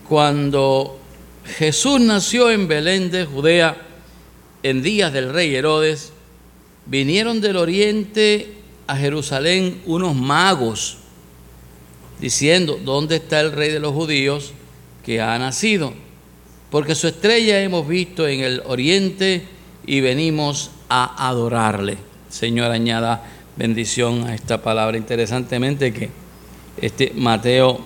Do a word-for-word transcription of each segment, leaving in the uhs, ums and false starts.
Cuando Jesús nació en Belén de Judea, en días del rey Herodes, vinieron del oriente a Jerusalén unos magos, diciendo: ¿dónde está el rey de los judíos que ha nacido? Porque su estrella hemos visto en el oriente y venimos a adorarle. Señor, añada bendición a esta palabra. Interesantemente que este Mateo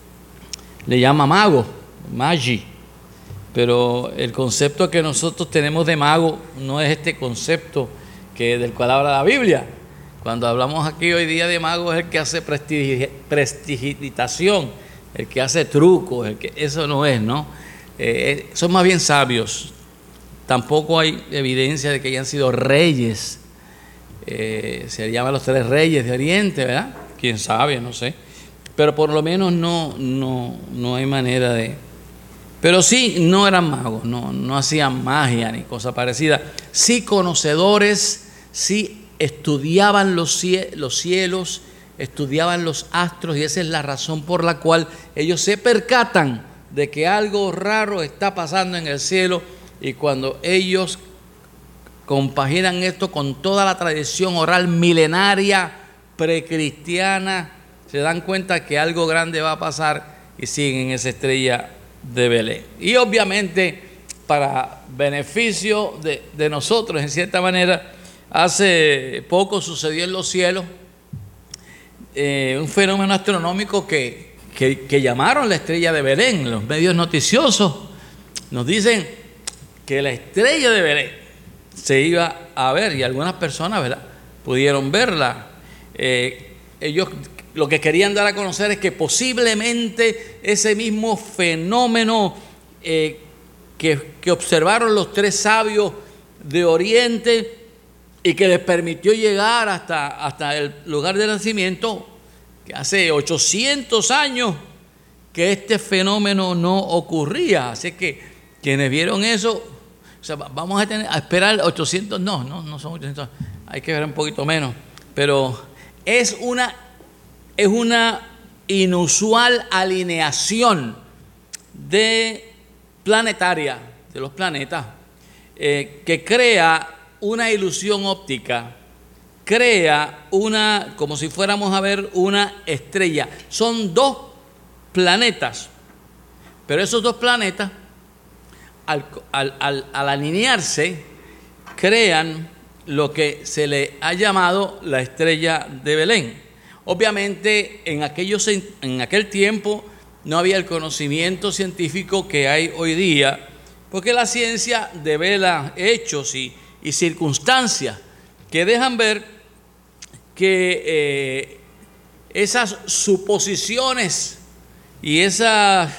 le llama mago, magi, pero el concepto que nosotros tenemos de mago no es este concepto que del cual habla la Biblia. Cuando hablamos aquí hoy día de mago, es el que hace prestigi prestigitación, el que hace trucos, el que, eso no es, ¿no? Eh, son más bien sabios. Tampoco hay evidencia de que hayan sido reyes. Eh, se llaman los tres reyes de Oriente, ¿verdad? Quién sabe, no sé. Pero por lo menos no, no, no hay manera de... Pero sí, no eran magos, no, no hacían magia ni cosa parecida. Sí conocedores, sí estudiaban los, los cielos, estudiaban los astros, y esa es la razón por la cual ellos se percatan de que algo raro está pasando en el cielo, y cuando ellos compaginan esto con toda la tradición oral milenaria precristiana, se dan cuenta que algo grande va a pasar y siguen esa estrella de Belén. Y obviamente, para beneficio de, de nosotros, en cierta manera, hace poco sucedió en los cielos eh, un fenómeno astronómico que, que, que llamaron la estrella de Belén. Los medios noticiosos nos dicen que la estrella de Belén se iba a ver, y algunas personas, ¿verdad?, pudieron verla. Eh, ellos lo que querían dar a conocer es que posiblemente ese mismo fenómeno eh, que, que observaron los tres sabios de Oriente y que les permitió llegar hasta, hasta el lugar de nacimiento, que hace ochocientos años que este fenómeno no ocurría. Así que quienes vieron eso, o sea, vamos a, tener, a esperar ochocientos, no, no, no son ochocientos, hay que ver un poquito menos, pero es una... es una inusual alineación de planetaria, de los planetas, eh, que crea una ilusión óptica, crea una, como si fuéramos a ver una estrella. Son dos planetas, pero esos dos planetas, al, al, al, al alinearse, crean lo que se le ha llamado la estrella de Belén. Obviamente, en, aquellos, en aquel tiempo no había el conocimiento científico que hay hoy día, porque la ciencia devela hechos y, y circunstancias que dejan ver que eh, esas suposiciones y esas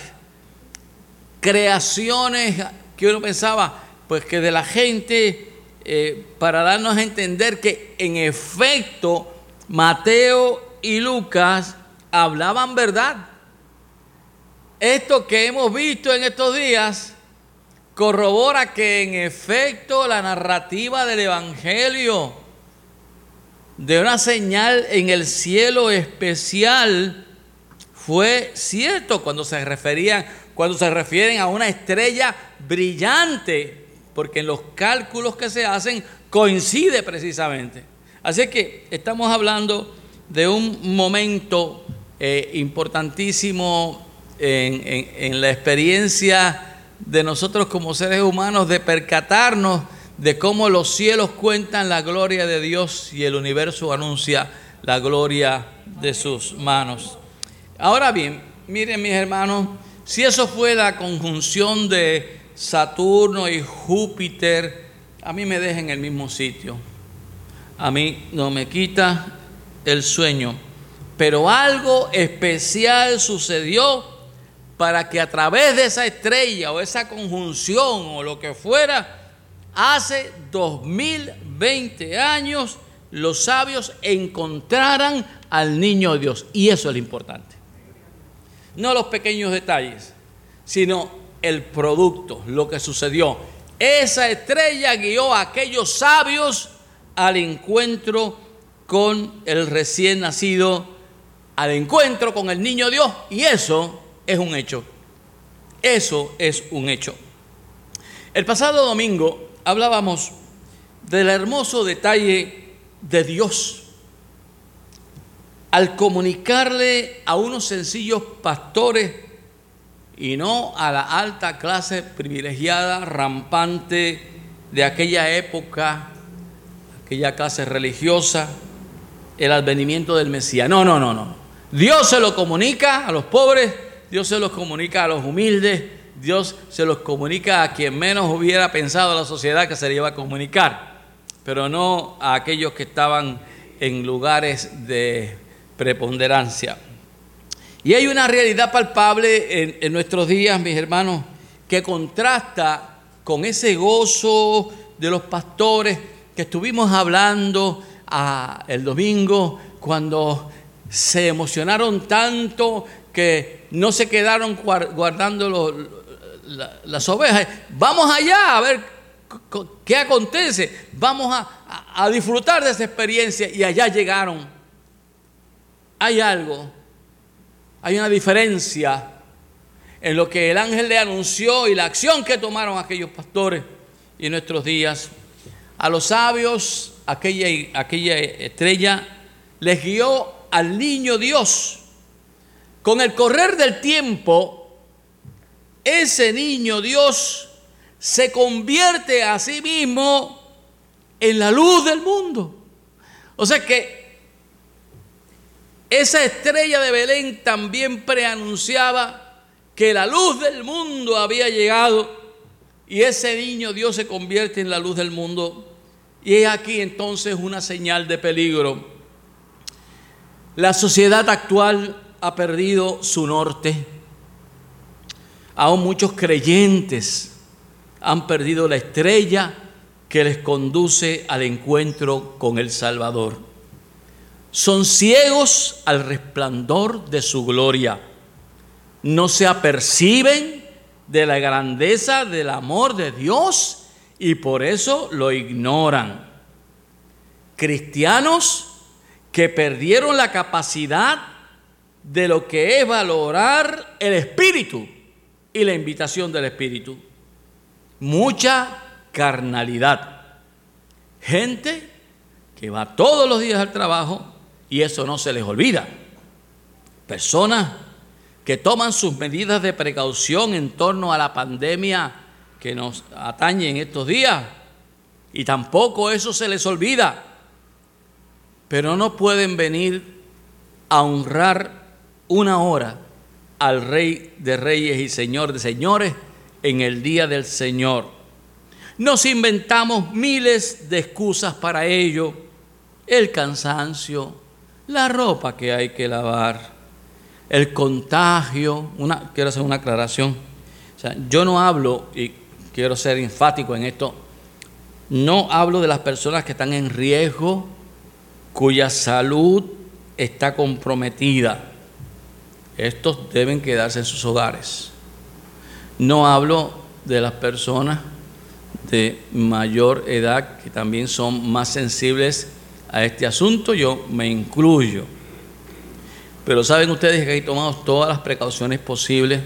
creaciones que uno pensaba, pues que de la gente, eh, para darnos a entender que en efecto Mateo y Lucas hablaban verdad. Esto que hemos visto en estos días corrobora que en efecto la narrativa del Evangelio de una señal en el cielo especial fue cierto cuando se referían, cuando se refieren a una estrella brillante, porque en los cálculos que se hacen coincide precisamente. Así que estamos hablando de un momento eh, importantísimo en, en, en la experiencia de nosotros como seres humanos, de percatarnos de cómo los cielos cuentan la gloria de Dios y el universo anuncia la gloria de sus manos. Ahora bien, miren mis hermanos, si eso fue la conjunción de Saturno y Júpiter, a mí me deja en el mismo sitio. A mí no me quita el sueño, pero algo especial sucedió para que a través de esa estrella o esa conjunción o lo que fuera, hace dos mil veinte años los sabios encontraran al niño Dios. Y eso es lo importante. No los pequeños detalles, sino el producto, lo que sucedió. Esa estrella guió a aquellos sabios al encuentro con el recién nacido, al encuentro con el niño Dios, y eso es un hecho. Eso es un hecho. El pasado domingo hablábamos del hermoso detalle de Dios al comunicarle a unos sencillos pastores y no a la alta clase privilegiada, rampante de aquella época, aquella clase religiosa, el advenimiento del Mesías. No, no, no, no. Dios se lo comunica a los pobres, Dios se los comunica a los humildes, Dios se los comunica a quien menos hubiera pensado la sociedad que se le iba a comunicar, pero no a aquellos que estaban en lugares de preponderancia. Y hay una realidad palpable en, en nuestros días, mis hermanos, que contrasta con ese gozo de los pastores que estuvimos hablando ah, el domingo, cuando se emocionaron tanto que no se quedaron guardando los, las ovejas. Vamos allá a ver qué acontece, vamos a, a, a disfrutar de esa experiencia, y allá llegaron. Hay algo, hay una diferencia en lo que el ángel le anunció y la acción que tomaron aquellos pastores. Y en nuestros días, a los sabios, aquella, aquella estrella les guió al niño Dios. Con el correr del tiempo, ese niño Dios se convierte a sí mismo en la luz del mundo. O sea que esa estrella de Belén también preanunciaba que la luz del mundo había llegado, y ese niño Dios se convierte en la luz del mundo. Y es aquí entonces una señal de peligro. La sociedad actual ha perdido su norte. Aún muchos creyentes han perdido la estrella que les conduce al encuentro con el Salvador. Son ciegos al resplandor de su gloria. No se aperciben de la grandeza del amor de Dios y por eso lo ignoran. Cristianos que perdieron la capacidad de lo que es valorar el Espíritu y la invitación del Espíritu. Mucha carnalidad. Gente que va todos los días al trabajo y eso no se les olvida. Personas que toman sus medidas de precaución en torno a la pandemia que nos atañe en estos días y tampoco eso se les olvida. Pero no pueden venir a honrar una hora al Rey de Reyes y Señor de Señores en el día del Señor. Nos inventamos miles de excusas para ello: el cansancio, la ropa que hay que lavar, el contagio. Una, quiero hacer una aclaración. O sea, yo no hablo, y quiero ser enfático en esto, no hablo de las personas que están en riesgo, cuya salud está comprometida. Estos deben quedarse en sus hogares. No hablo de las personas de mayor edad que también son más sensibles a este asunto, yo me incluyo. Pero saben ustedes que aquí tomamos todas las precauciones posibles,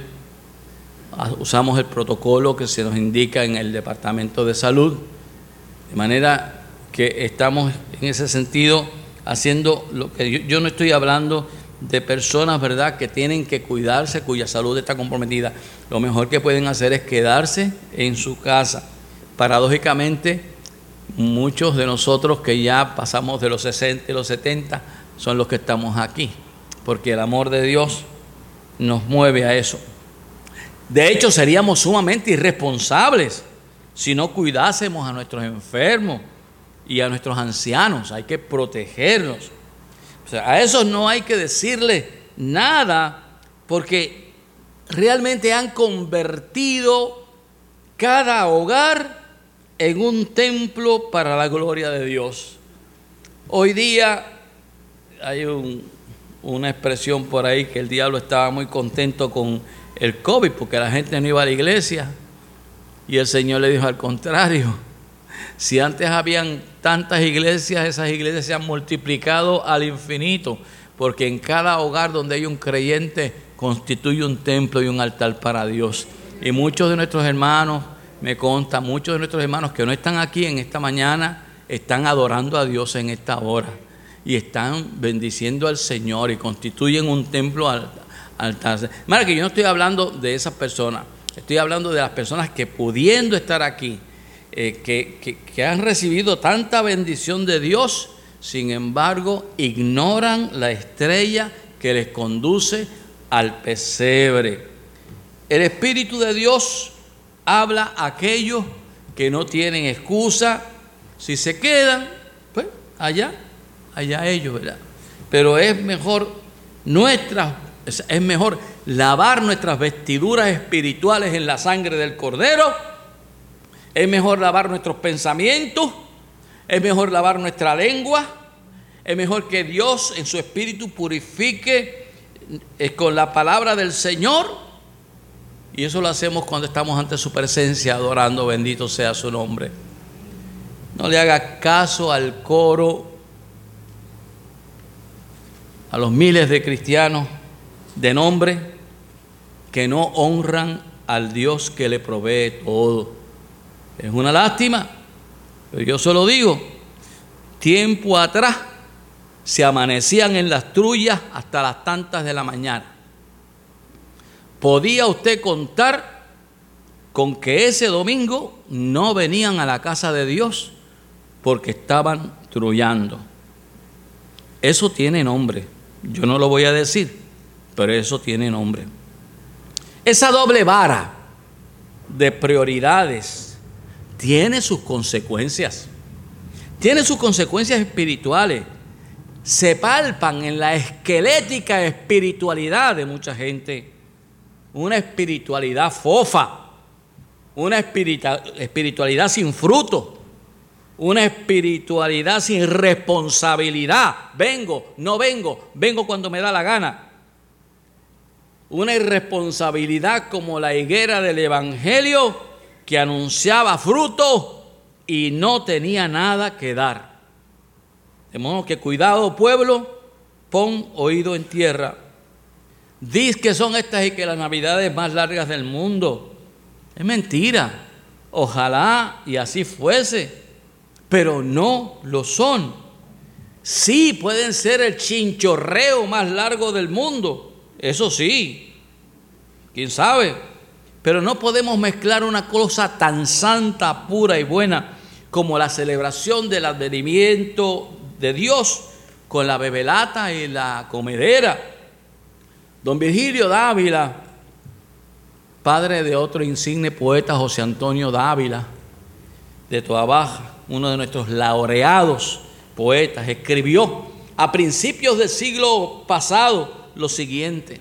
usamos el protocolo que se nos indica en el Departamento de Salud, de manera que estamos en ese sentido haciendo lo que yo, yo no estoy hablando de personas, ¿verdad?, que tienen que cuidarse, cuya salud está comprometida. Lo mejor que pueden hacer es quedarse en su casa. Paradójicamente, muchos de nosotros que ya pasamos de los sesenta y los setenta son los que estamos aquí, porque el amor de Dios nos mueve a eso. De hecho, seríamos sumamente irresponsables si no cuidásemos a nuestros enfermos y a nuestros ancianos. Hay que protegerlos. O sea, a esos no hay que decirle nada, porque realmente han convertido cada hogar en un templo para la gloria de Dios. Hoy día hay un, una expresión por ahí que el diablo estaba muy contento con el COVID porque la gente no iba a la iglesia, y el Señor le dijo: al contrario, si antes habían tantas iglesias, esas iglesias se han multiplicado al infinito, porque en cada hogar donde hay un creyente constituye un templo y un altar para Dios. Y muchos de nuestros hermanos, me consta, muchos de nuestros hermanos que no están aquí en esta mañana, están adorando a Dios en esta hora. Y están bendiciendo al Señor y constituyen un templo al altar. Mira que yo no estoy hablando de esas personas. Estoy hablando de las personas que pudiendo estar aquí, eh, que, que, que han recibido tanta bendición de Dios, sin embargo, ignoran la estrella que les conduce al pesebre. El Espíritu de Dios habla a aquellos que no tienen excusa. Si se quedan, pues allá, allá ellos, ¿verdad? Pero es mejor nuestras, es mejor lavar nuestras vestiduras espirituales en la sangre del Cordero. Es mejor lavar nuestros pensamientos. Es mejor lavar nuestra lengua. Es mejor que Dios en su Espíritu purifique con la palabra del Señor. Y eso lo hacemos cuando estamos ante su presencia adorando, bendito sea su nombre. No le haga caso al coro, a los miles de cristianos de nombre que no honran al Dios que le provee todo. Es una lástima, pero yo solo digo, tiempo atrás se amanecían en las trullas hasta las tantas de la mañana. ¿Podía usted contar con que ese domingo no venían a la casa de Dios porque estaban trullando? Eso tiene nombre. Yo no lo voy a decir, pero eso tiene nombre. Esa doble vara de prioridades tiene sus consecuencias. Tiene sus consecuencias espirituales. Se palpan en la esquelética espiritualidad de mucha gente. Una espiritualidad fofa, una espiritualidad sin fruto, una espiritualidad sin responsabilidad. Vengo, no vengo, vengo cuando me da la gana. Una irresponsabilidad como la higuera del Evangelio que anunciaba fruto y no tenía nada que dar. De modo que cuidado, pueblo, pon oído en tierra. Diz que son estas y que las navidades más largas del mundo. Es mentira. Ojalá y así fuese, pero no lo son. Sí, pueden ser el chinchorreo más largo del mundo. Eso sí. ¿Quién sabe? Pero no podemos mezclar una cosa tan santa, pura y buena como la celebración del advenimiento de Dios con la bebelata y la comedera. Don Virgilio Dávila, padre de otro insigne poeta, José Antonio Dávila, de Toa Baja, uno de nuestros laureados poetas, escribió a principios del siglo pasado lo siguiente: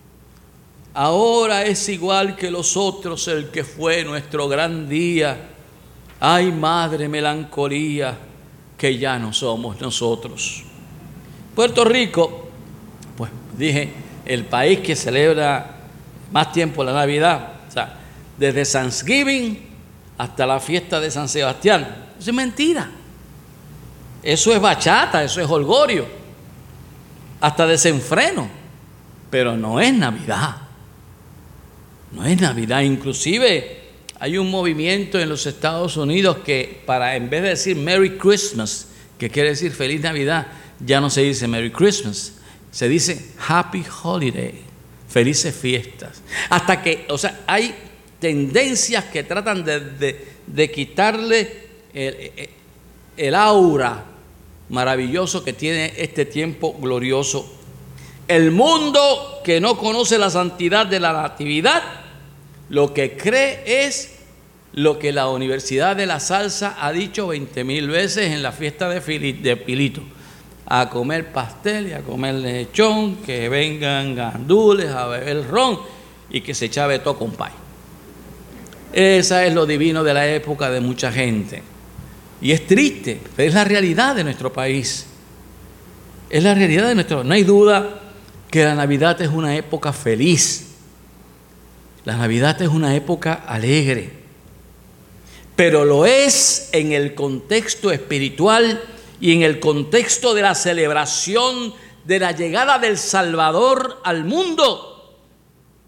ahora es igual que los otros el que fue nuestro gran día. Ay, madre melancolía, que ya no somos nosotros. Puerto Rico, pues dije, el país que celebra más tiempo la Navidad, o sea, desde Thanksgiving hasta la fiesta de San Sebastián. Eso es mentira. Eso es bachata, eso es holgorio, hasta desenfreno, pero no es Navidad. No es Navidad. Inclusive hay un movimiento en los Estados Unidos que para, en vez de decir Merry Christmas, que quiere decir Feliz Navidad, ya no se dice Merry Christmas. Se dice Happy Holiday, felices fiestas. Hasta que, o sea, hay tendencias que tratan de, de, de quitarle el, el aura maravilloso que tiene este tiempo glorioso. El mundo que no conoce la santidad de la natividad, lo que cree es lo que la Universidad de la Salsa ha dicho veinte mil veces en la fiesta de, Fili, de Pilito. A comer pastel y a comer lechón, que vengan gandules a beber ron y que se chave todo con pay. Esa es lo divino de la época de mucha gente. Y es triste, pero es la realidad de nuestro país. Es la realidad de nuestro país. No hay duda que la Navidad es una época feliz. La Navidad es una época alegre. Pero lo es en el contexto espiritual y en el contexto de la celebración de la llegada del Salvador al mundo.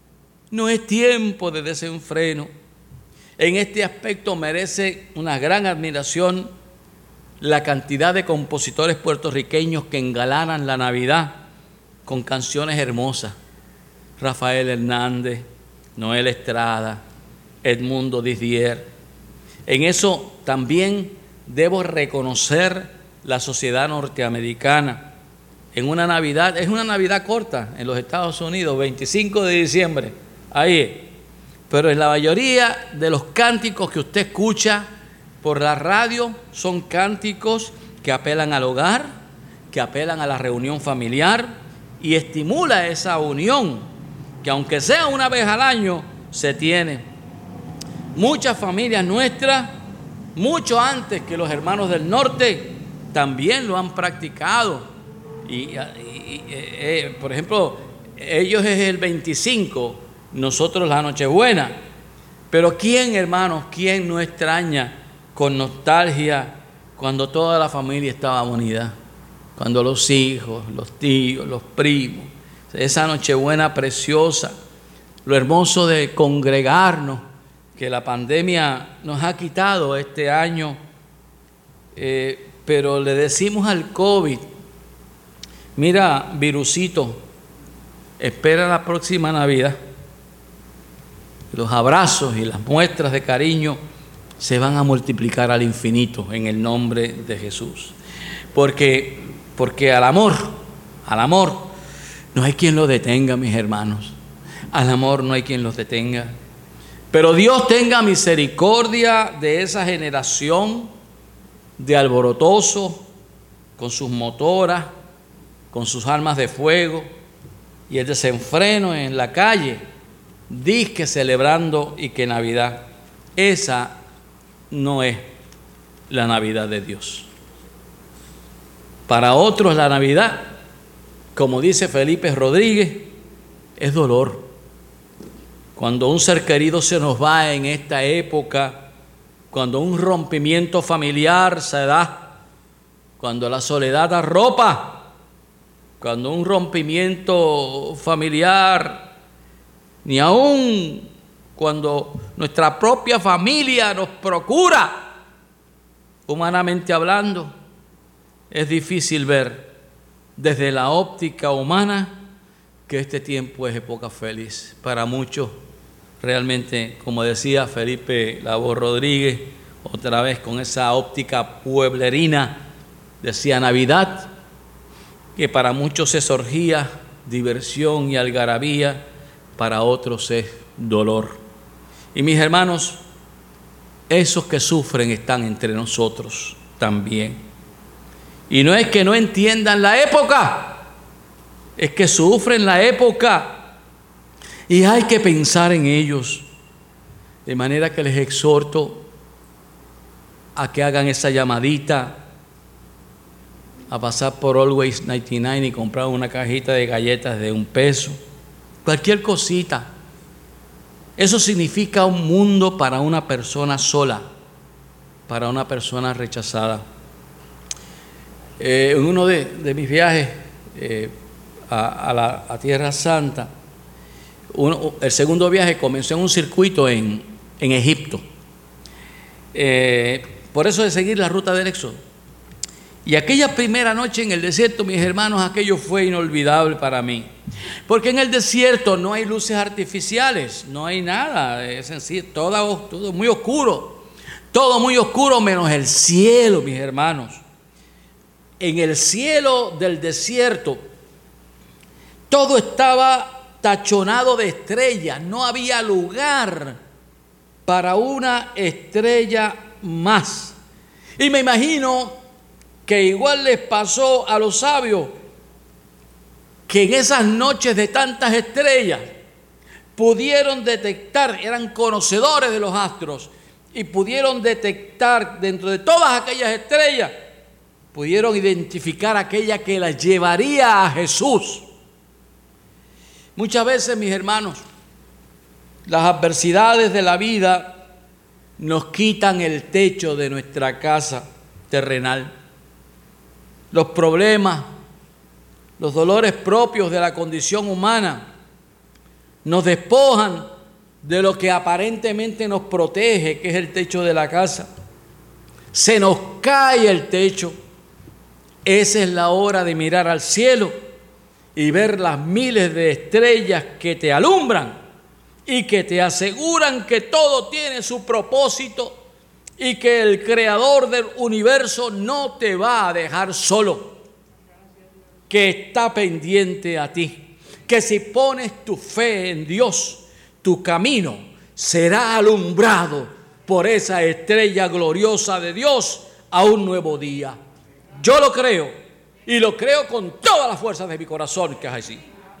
No es tiempo de desenfreno. En este aspecto merece una gran admiración la cantidad de compositores puertorriqueños que engalanan la Navidad con canciones hermosas. Rafael Hernández, Noel Estrada, Edmundo Didier. En eso también debo reconocer la sociedad norteamericana. En una Navidad, es una Navidad corta en los Estados Unidos, veinticinco de diciembre, ahí. Pero en la mayoría de los cánticos que usted escucha por la radio son cánticos que apelan al hogar, que apelan a la reunión familiar y estimula esa unión que aunque sea una vez al año se tiene. Muchas familias nuestras, mucho antes que los hermanos del norte, también lo han practicado. Y, y, y eh, por ejemplo, ellos es el veinticinco, nosotros la Nochebuena. Pero ¿quién, hermanos, quién no extraña con nostalgia cuando toda la familia estaba unida? Cuando los hijos, los tíos, los primos, esa Nochebuena preciosa, lo hermoso de congregarnos, que la pandemia nos ha quitado este año, eh, pero le decimos al COVID, mira, virusito, espera la próxima Navidad. Los abrazos y las muestras de cariño se van a multiplicar al infinito en el nombre de Jesús. Porque, porque al amor, al amor, no hay quien lo detenga, mis hermanos. Al amor no hay quien los detenga. Pero Dios tenga misericordia de esa generación de alborotosos, con sus motoras, con sus armas de fuego y el desenfreno en la calle, disque celebrando y que Navidad. Esa no es la Navidad de Dios. Para otros la Navidad, como dice Felipe Rodríguez, es dolor. Cuando un ser querido se nos va en esta época, cuando un rompimiento familiar se da, cuando la soledad arropa, cuando un rompimiento familiar, ni aún cuando nuestra propia familia nos procura, humanamente hablando, es difícil ver desde la óptica humana que este tiempo es época feliz. Para muchos, realmente, como decía Felipe Labor Rodríguez, otra vez con esa óptica pueblerina, decía Navidad, que para muchos es orgía, diversión y algarabía, para otros es dolor. Y mis hermanos, esos que sufren están entre nosotros también. Y no es que no entiendan la época, es que sufren la época. Y hay que pensar en ellos. De manera que les exhorto a que hagan esa llamadita, a pasar por Always noventa y nueve y comprar una cajita de galletas de un peso. Cualquier cosita. Eso significa un mundo para una persona sola, para una persona rechazada. Eh, en uno de, de mis viajes eh, a, a la a Tierra Santa, uno, el segundo viaje comenzó en un circuito en, en Egipto. Eh, por eso de seguir la ruta del Éxodo. Y aquella primera noche en el desierto, mis hermanos, aquello fue inolvidable para mí. Porque en el desierto no hay luces artificiales, no hay nada, es sencillo, todo, todo muy oscuro, todo muy oscuro menos el cielo, mis hermanos. En el cielo del desierto, todo estaba tachonado de estrellas, no había lugar para una estrella más. Y me imagino que igual les pasó a los sabios, que en esas noches de tantas estrellas pudieron detectar, eran conocedores de los astros, y pudieron detectar dentro de todas aquellas estrellas, pudieron identificar aquella que las llevaría a Jesús. Muchas veces, mis hermanos, las adversidades de la vida nos quitan el techo de nuestra casa terrenal. Los problemas, los dolores propios de la condición humana nos despojan de lo que aparentemente nos protege, que es el techo de la casa. Se nos cae el techo. Esa es la hora de mirar al cielo y ver las miles de estrellas que te alumbran y que te aseguran que todo tiene su propósito y que el creador del universo no te va a dejar solo, que está pendiente a ti, que si pones tu fe en Dios, tu camino será alumbrado por esa estrella gloriosa de Dios a un nuevo día. Yo lo creo, y lo creo con todas las fuerzas de mi corazón, que es así.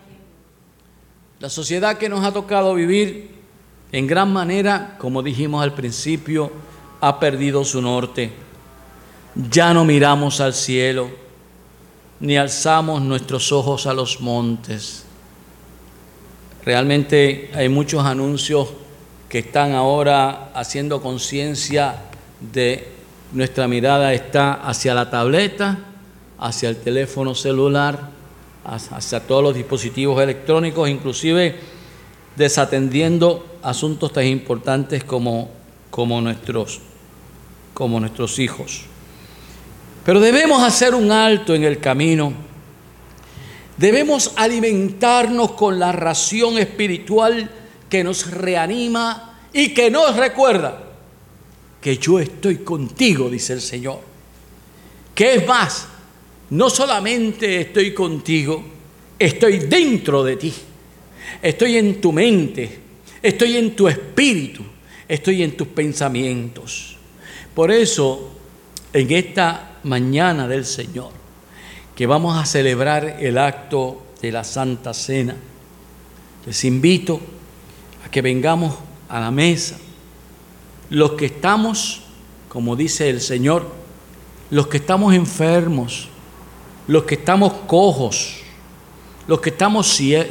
La sociedad que nos ha tocado vivir, en gran manera, como dijimos al principio, ha perdido su norte. Ya no miramos al cielo, ni alzamos nuestros ojos a los montes. Realmente hay muchos anuncios que están ahora haciendo conciencia de nuestra mirada está hacia la tableta, hacia el teléfono celular, hacia todos los dispositivos electrónicos, inclusive desatendiendo asuntos tan importantes como, como, nuestros, como nuestros hijos. Pero debemos hacer un alto en el camino. Debemos alimentarnos con la ración espiritual que nos reanima y que nos recuerda que yo estoy contigo, dice el Señor. Que es más, no solamente estoy contigo, estoy dentro de ti, estoy en tu mente, estoy en tu espíritu, estoy en tus pensamientos. Por eso, en esta mañana del Señor, que vamos a celebrar el acto de la Santa Cena, les invito a que vengamos a la mesa. Los que estamos, como dice el Señor, los que estamos enfermos, los que estamos cojos, los que estamos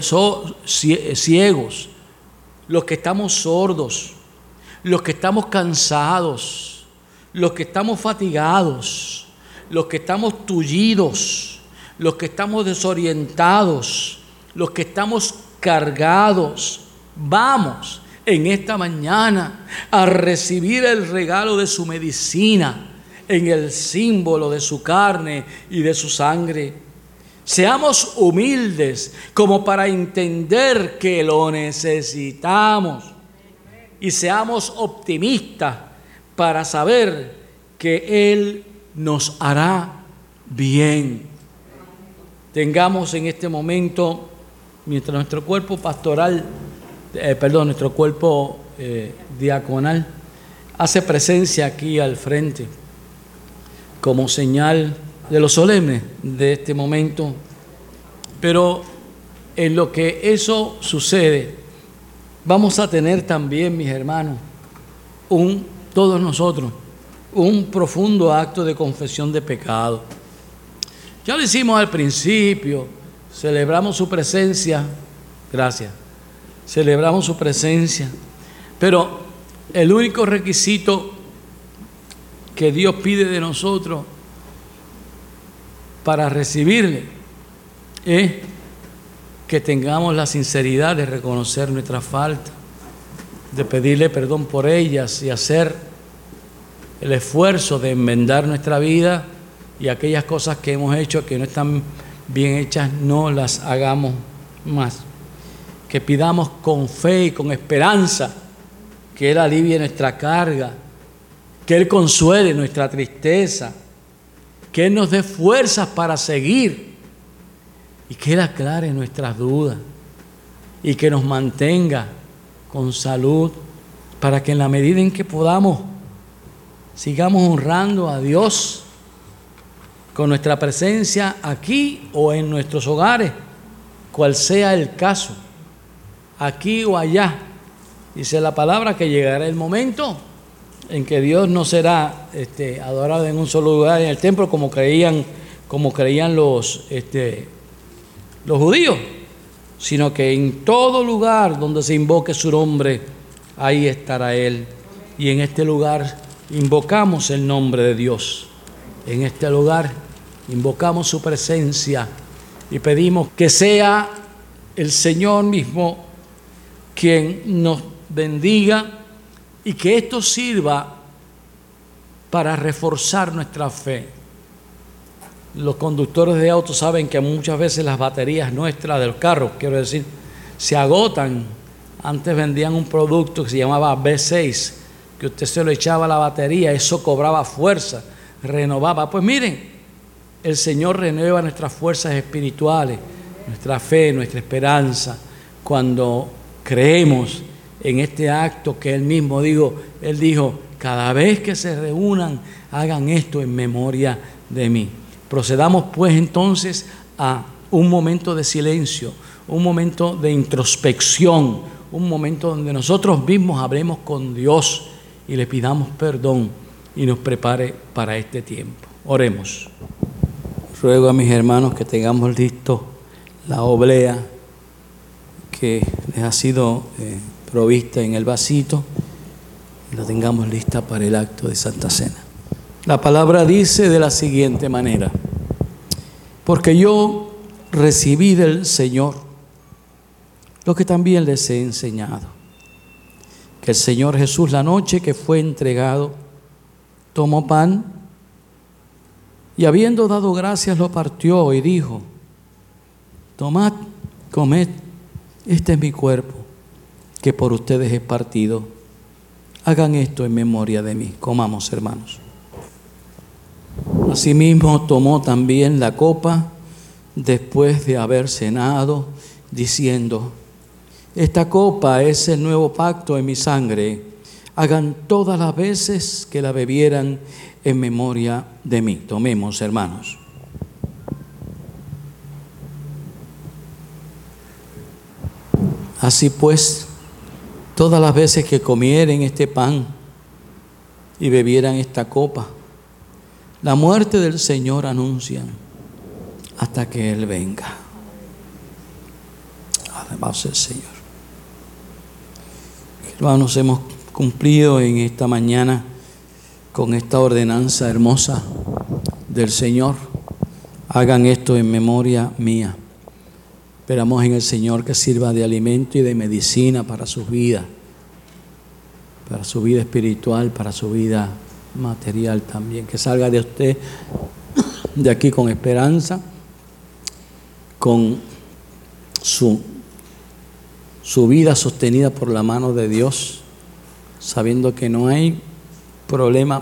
ciegos, los que estamos sordos, los que estamos cansados, los que estamos fatigados, los que estamos tullidos, los que estamos desorientados, los que estamos cargados, vamos en esta mañana a recibir el regalo de su medicina en el símbolo de su carne y de su sangre. Seamos humildes como para entender que lo necesitamos y seamos optimistas para saber que Él nos hará bien. Tengamos en este momento, mientras nuestro cuerpo pastoral Eh, perdón, nuestro cuerpo eh, diaconal hace presencia aquí al frente como señal de lo solemne de este momento, pero en lo que eso sucede vamos a tener también, mis hermanos, un, todos nosotros, un profundo acto de confesión de pecado. Ya lo hicimos al principio, celebramos su presencia, gracias. Celebramos su presencia, pero el único requisito que Dios pide de nosotros para recibirle es que tengamos la sinceridad de reconocer nuestra falta, de pedirle perdón por ellas y hacer el esfuerzo de enmendar nuestra vida, y aquellas cosas que hemos hecho que no están bien hechas no las hagamos más. Que pidamos con fe y con esperanza que Él alivie nuestra carga, que Él consuele nuestra tristeza, que Él nos dé fuerzas para seguir y que Él aclare nuestras dudas y que nos mantenga con salud para que en la medida en que podamos sigamos honrando a Dios con nuestra presencia aquí o en nuestros hogares, cual sea el caso, aquí o allá. Dice la palabra que llegará el momento en que Dios no será este, adorado en un solo lugar en el templo como creían, como creían los, este, los judíos, sino que en todo lugar donde se invoque su nombre, ahí estará Él. Y en este lugar invocamos el nombre de Dios. En este lugar invocamos su presencia y pedimos que sea el Señor mismo quien nos bendiga y que esto sirva para reforzar nuestra fe. Los conductores de autos saben que muchas veces las baterías nuestras de los carros, quiero decir, se agotan. Antes vendían un producto que se llamaba B seis, que usted se lo echaba a la batería, eso cobraba fuerza, renovaba. Pues miren, el Señor renueva nuestras fuerzas espirituales, nuestra fe, nuestra esperanza, cuando creemos en este acto que Él mismo digo, Él dijo, cada vez que se reúnan, hagan esto en memoria de mí. Procedamos pues entonces a un momento de silencio, un momento de introspección, un momento donde nosotros mismos hablemos con Dios y le pidamos perdón y nos prepare para este tiempo. Oremos. Ruego a mis hermanos que tengamos listo la oblea que les ha sido eh, provista en el vasito y la tengamos lista para el acto de Santa Cena. La palabra dice de la siguiente manera: porque yo recibí del Señor lo que también les he enseñado, que el Señor Jesús, la noche que fue entregado, tomó pan y habiendo dado gracias lo partió y dijo: tomad, comed, este es mi cuerpo, que por ustedes es partido. Hagan esto en memoria de mí. Comamos, hermanos. Asimismo tomó también la copa después de haber cenado, diciendo: esta copa es el nuevo pacto en mi sangre. Hagan todas las veces que la bebieran en memoria de mí. Tomemos, hermanos. Así pues, todas las veces que comieren este pan y bebieran esta copa, la muerte del Señor anuncian hasta que Él venga. Alabado sea el Señor. Hermanos, hemos cumplido en esta mañana con esta ordenanza hermosa del Señor. Hagan esto en memoria mía. Esperamos en el Señor que sirva de alimento y de medicina para sus vidas, para su vida espiritual, para su vida material también. Que salga de usted de aquí con esperanza, con su, su vida sostenida por la mano de Dios, sabiendo que no hay problema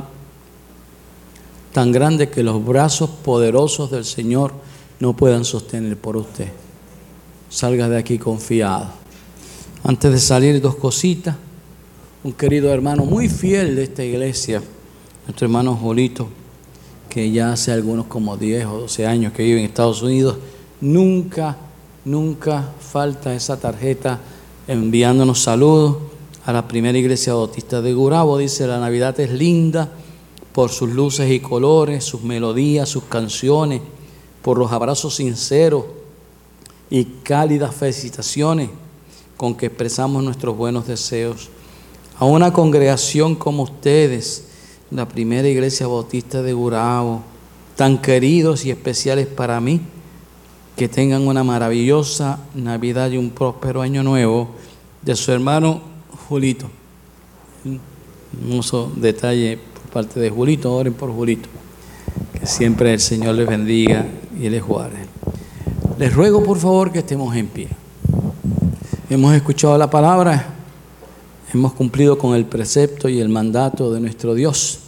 tan grande que los brazos poderosos del Señor no puedan sostener por usted. Salga de aquí confiado. Antes de salir, dos cositas. Un querido hermano muy fiel de esta iglesia, nuestro hermano Julito, que ya hace algunos como diez o doce años que vive en Estados Unidos, nunca, nunca falta esa tarjeta enviándonos saludos a la primera iglesia bautista de Gurabo. Dice: la Navidad es linda por sus luces y colores, sus melodías, sus canciones, por los abrazos sinceros y cálidas felicitaciones con que expresamos nuestros buenos deseos. A una congregación como ustedes, la primera iglesia bautista de Gurabo, tan queridos y especiales para mí, que tengan una maravillosa Navidad y un próspero año nuevo, de su hermano Julito. Un hermoso detalle por parte de Julito. Oren por Julito, que siempre el Señor les bendiga y les guarde. Les ruego por favor que estemos en pie. Hemos escuchado la palabra, hemos cumplido con el precepto y el mandato de nuestro Dios.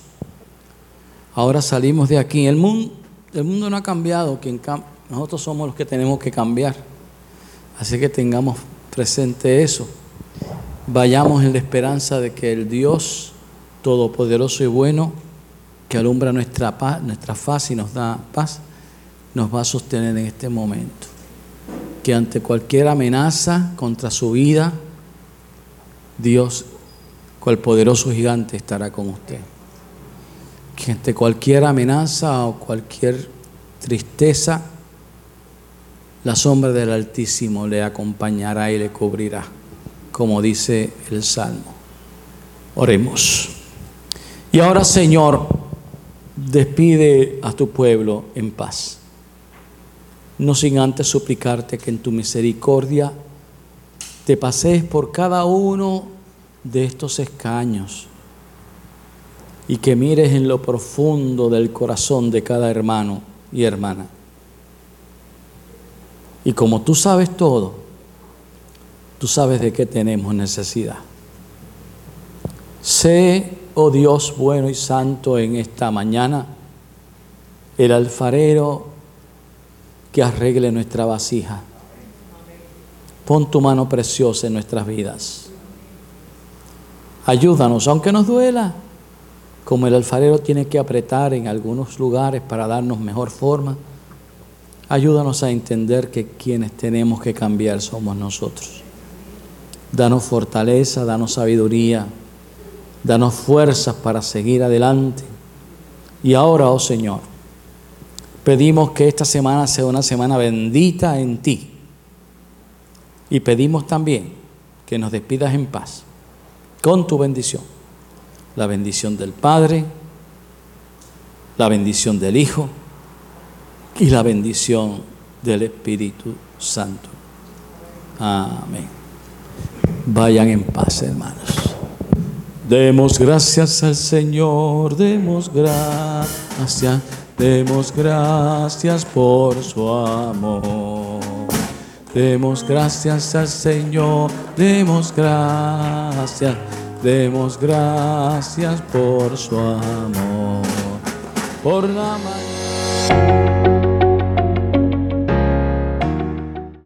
Ahora salimos de aquí. El mundo, el mundo no ha cambiado, quien cam- nosotros somos los que tenemos que cambiar. Así que tengamos presente eso. Vayamos en la esperanza de que el Dios todopoderoso y bueno, que alumbra nuestra paz, nuestra faz y nos da paz, nos va a sostener en este momento. Que ante cualquier amenaza contra su vida, Dios, cual poderoso gigante, estará con usted. Que ante cualquier amenaza o cualquier tristeza, la sombra del Altísimo le acompañará y le cubrirá, como dice el Salmo. Oremos. Y ahora, Señor, despide a tu pueblo en paz, no sin antes suplicarte que en tu misericordia te pasees por cada uno de estos escaños y que mires en lo profundo del corazón de cada hermano y hermana. Y como tú sabes todo, tú sabes de qué tenemos necesidad. Sé, oh Dios bueno y santo, en esta mañana, el alfarero que arregle nuestra vasija. Pon tu mano preciosa en nuestras vidas. Ayúdanos, aunque nos duela, como el alfarero tiene que apretar en algunos lugares para darnos mejor forma. Ayúdanos a entender que quienes tenemos que cambiar somos nosotros. Danos fortaleza, danos sabiduría, danos fuerzas para seguir adelante. Y ahora, oh Señor, pedimos que esta semana sea una semana bendita en ti. Y pedimos también que nos despidas en paz, con tu bendición. La bendición del Padre, la bendición del Hijo y la bendición del Espíritu Santo. Amén. Vayan en paz, hermanos. Demos gracias al Señor, demos gracias, demos gracias por su amor. Demos gracias al Señor, demos gracias, demos gracias por su amor. Por la mañana.